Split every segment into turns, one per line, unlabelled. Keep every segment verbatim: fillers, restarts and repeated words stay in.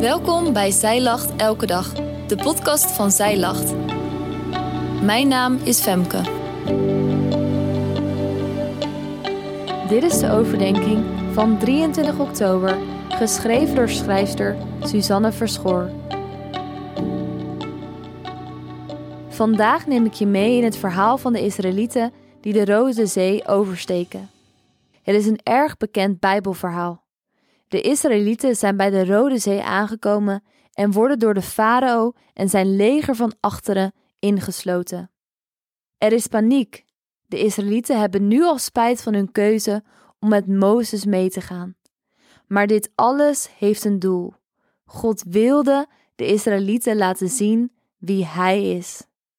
Welkom bij Zij Lacht Elke Dag, de podcast van Zij Lacht. Mijn naam is Femke. Dit is de overdenking van drieëntwintig oktober, geschreven door schrijfster Suzanne Verschoor. Vandaag neem ik je mee in het verhaal van de Israëlieten die de Rode Zee oversteken. Het is een erg bekend Bijbelverhaal. De Israëlieten zijn bij de Rode Zee aangekomen en worden door de farao en zijn leger van achteren ingesloten. Er is paniek. De Israëlieten hebben nu al spijt van hun keuze om met Mozes mee te gaan. Maar dit alles heeft een doel. God wilde de Israëlieten laten zien wie Hij is.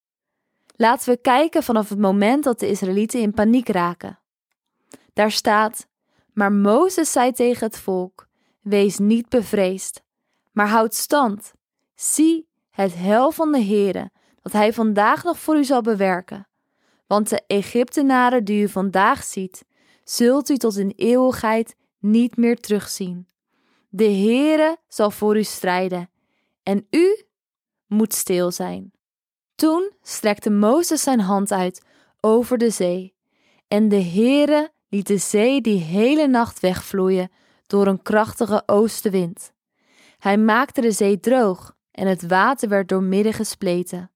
Laten we kijken vanaf het moment dat de Israëlieten in paniek raken. Daar staat: maar Mozes zei tegen het volk: wees niet bevreesd, maar houd stand. Zie het heil van de Heere, dat Hij vandaag nog voor u zal bewerken. Want de Egyptenaren die u vandaag ziet, zult u tot in eeuwigheid niet meer terugzien. De Heere zal voor u strijden, en u moet stil zijn. Toen strekte Mozes zijn hand uit over de zee, en de Heere liet de zee die hele nacht wegvloeien door een krachtige oostenwind. Hij maakte de zee droog en het water werd doormidden gespleten.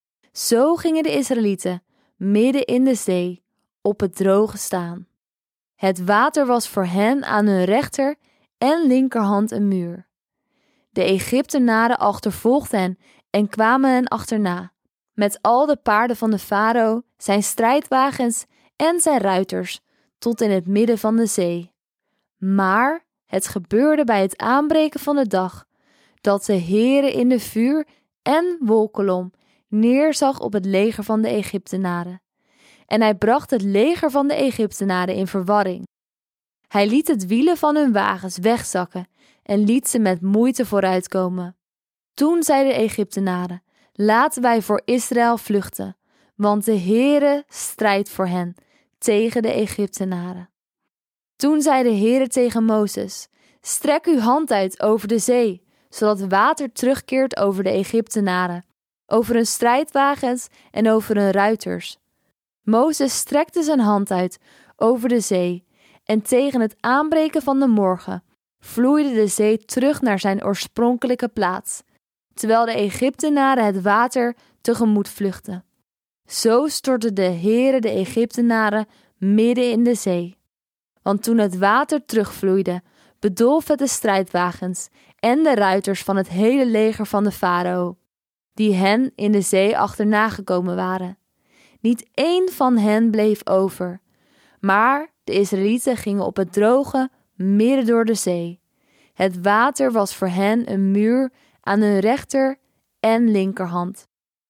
Zo gingen de Israëlieten midden in de zee op het droge staan. Het water was voor hen aan hun rechter en linkerhand een muur. De Egyptenaren achtervolgden hen en kwamen hen achterna, met al de paarden van de farao, zijn strijdwagens en zijn ruiters, tot in het midden van de zee. Maar het gebeurde bij het aanbreken van de dag, dat de Heere in de vuur- en wolkolom neerzag op het leger van de Egyptenaren. En hij bracht het leger van de Egyptenaren in verwarring. Hij liet het wielen van hun wagens wegzakken en liet ze met moeite vooruitkomen. Toen zeiden de Egyptenaren: laten wij voor Israël vluchten, want de Heere strijdt voor hen tegen de Egyptenaren. Toen zei de Heere tegen Mozes: strek uw hand uit over de zee, zodat water terugkeert over de Egyptenaren, over hun strijdwagens en over hun ruiters. Mozes strekte zijn hand uit over de zee, en tegen het aanbreken van de morgen vloeide de zee terug naar zijn oorspronkelijke plaats, terwijl de Egyptenaren het water tegemoet vluchtten. Zo stortte de Heere de Egyptenaren midden in de zee. Want toen het water terugvloeide, bedolf het de strijdwagens en de ruiters van het hele leger van de farao, die hen in de zee achterna gekomen waren. Niet één van hen bleef over, maar de Israëlieten gingen op het droge midden door de zee. Het water was voor hen een muur aan hun rechter en linkerhand.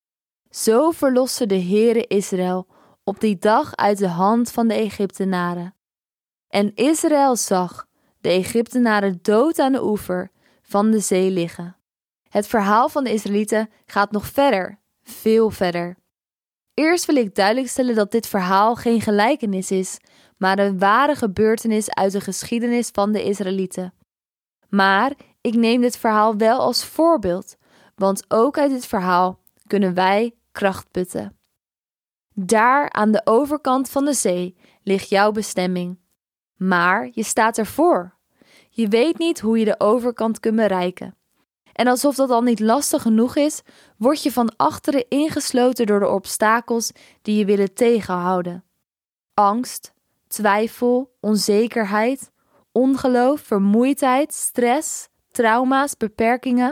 Zo verloste de Heere Israël op die dag uit de hand van de Egyptenaren. En Israël zag de Egyptenaren dood aan de oever van de zee liggen. Het verhaal van de Israëlieten gaat nog verder, veel verder. Eerst wil ik duidelijk stellen dat dit verhaal geen gelijkenis is, maar een ware gebeurtenis uit de geschiedenis van de Israëlieten. Maar ik neem dit verhaal wel als voorbeeld, want ook uit dit verhaal kunnen wij kracht putten. Daar aan de overkant van de zee ligt jouw bestemming. Maar je staat ervoor. Je weet niet hoe je de overkant kunt bereiken. En alsof dat al niet lastig genoeg is, word je van achteren ingesloten door de obstakels die je willen tegenhouden. Angst, twijfel, onzekerheid, ongeloof, vermoeidheid, stress, trauma's, beperkingen.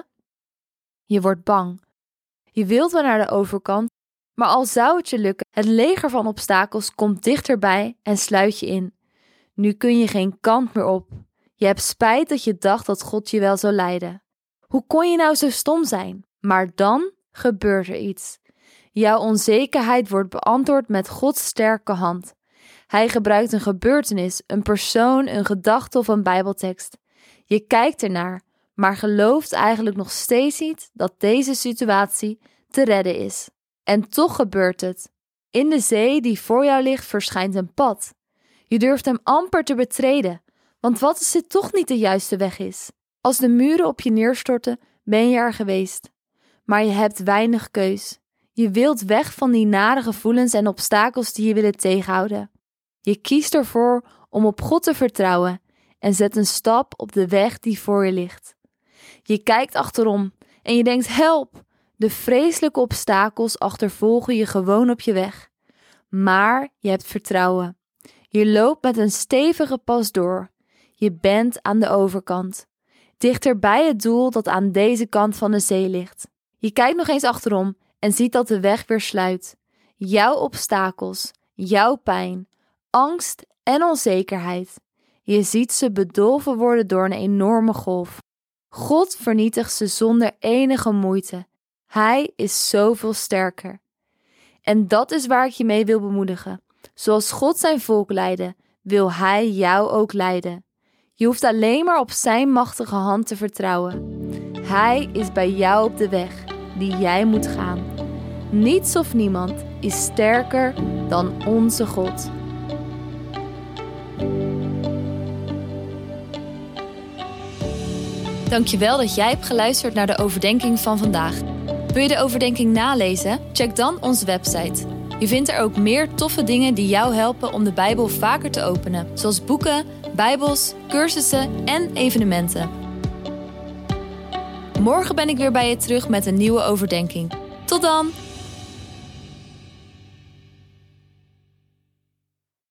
Je wordt bang. Je wilt wel naar de overkant, maar al zou het je lukken, het leger van obstakels komt dichterbij en sluit je in. Nu kun je geen kant meer op. Je hebt spijt dat je dacht dat God je wel zou leiden. Hoe kon je nou zo stom zijn? Maar dan gebeurt er iets. Jouw onzekerheid wordt beantwoord met Gods sterke hand. Hij gebruikt een gebeurtenis, een persoon, een gedachte of een Bijbeltekst. Je kijkt ernaar, maar gelooft eigenlijk nog steeds niet dat deze situatie te redden is. En toch gebeurt het. In de zee die voor jou ligt verschijnt een pad. Je durft hem amper te betreden, want wat als dit toch niet de juiste weg is? Als de muren op je neerstorten, ben je er geweest. Maar je hebt weinig keus. Je wilt weg van die nare gevoelens en obstakels die je willen tegenhouden. Je kiest ervoor om op God te vertrouwen en zet een stap op de weg die voor je ligt. Je kijkt achterom en je denkt, help! De vreselijke obstakels achtervolgen je gewoon op je weg. Maar je hebt vertrouwen. Je loopt met een stevige pas door. Je bent aan de overkant. Dichter bij het doel dat aan deze kant van de zee ligt. Je kijkt nog eens achterom en ziet dat de weg weer sluit. Jouw obstakels, jouw pijn, angst en onzekerheid. Je ziet ze bedolven worden door een enorme golf. God vernietigt ze zonder enige moeite. Hij is zoveel sterker. En dat is waar ik je mee wil bemoedigen. Zoals God zijn volk leidde, wil Hij jou ook leiden. Je hoeft alleen maar op zijn machtige hand te vertrouwen. Hij is bij jou op de weg die jij moet gaan. Niets of niemand is sterker dan onze God. Dankjewel dat jij hebt geluisterd naar de overdenking van vandaag. Wil je de overdenking nalezen? Check dan onze website. Je vindt er ook meer toffe dingen die jou helpen om de Bijbel vaker te openen. Zoals boeken, bijbels, cursussen en evenementen. Morgen ben ik weer bij je terug met een nieuwe overdenking. Tot dan!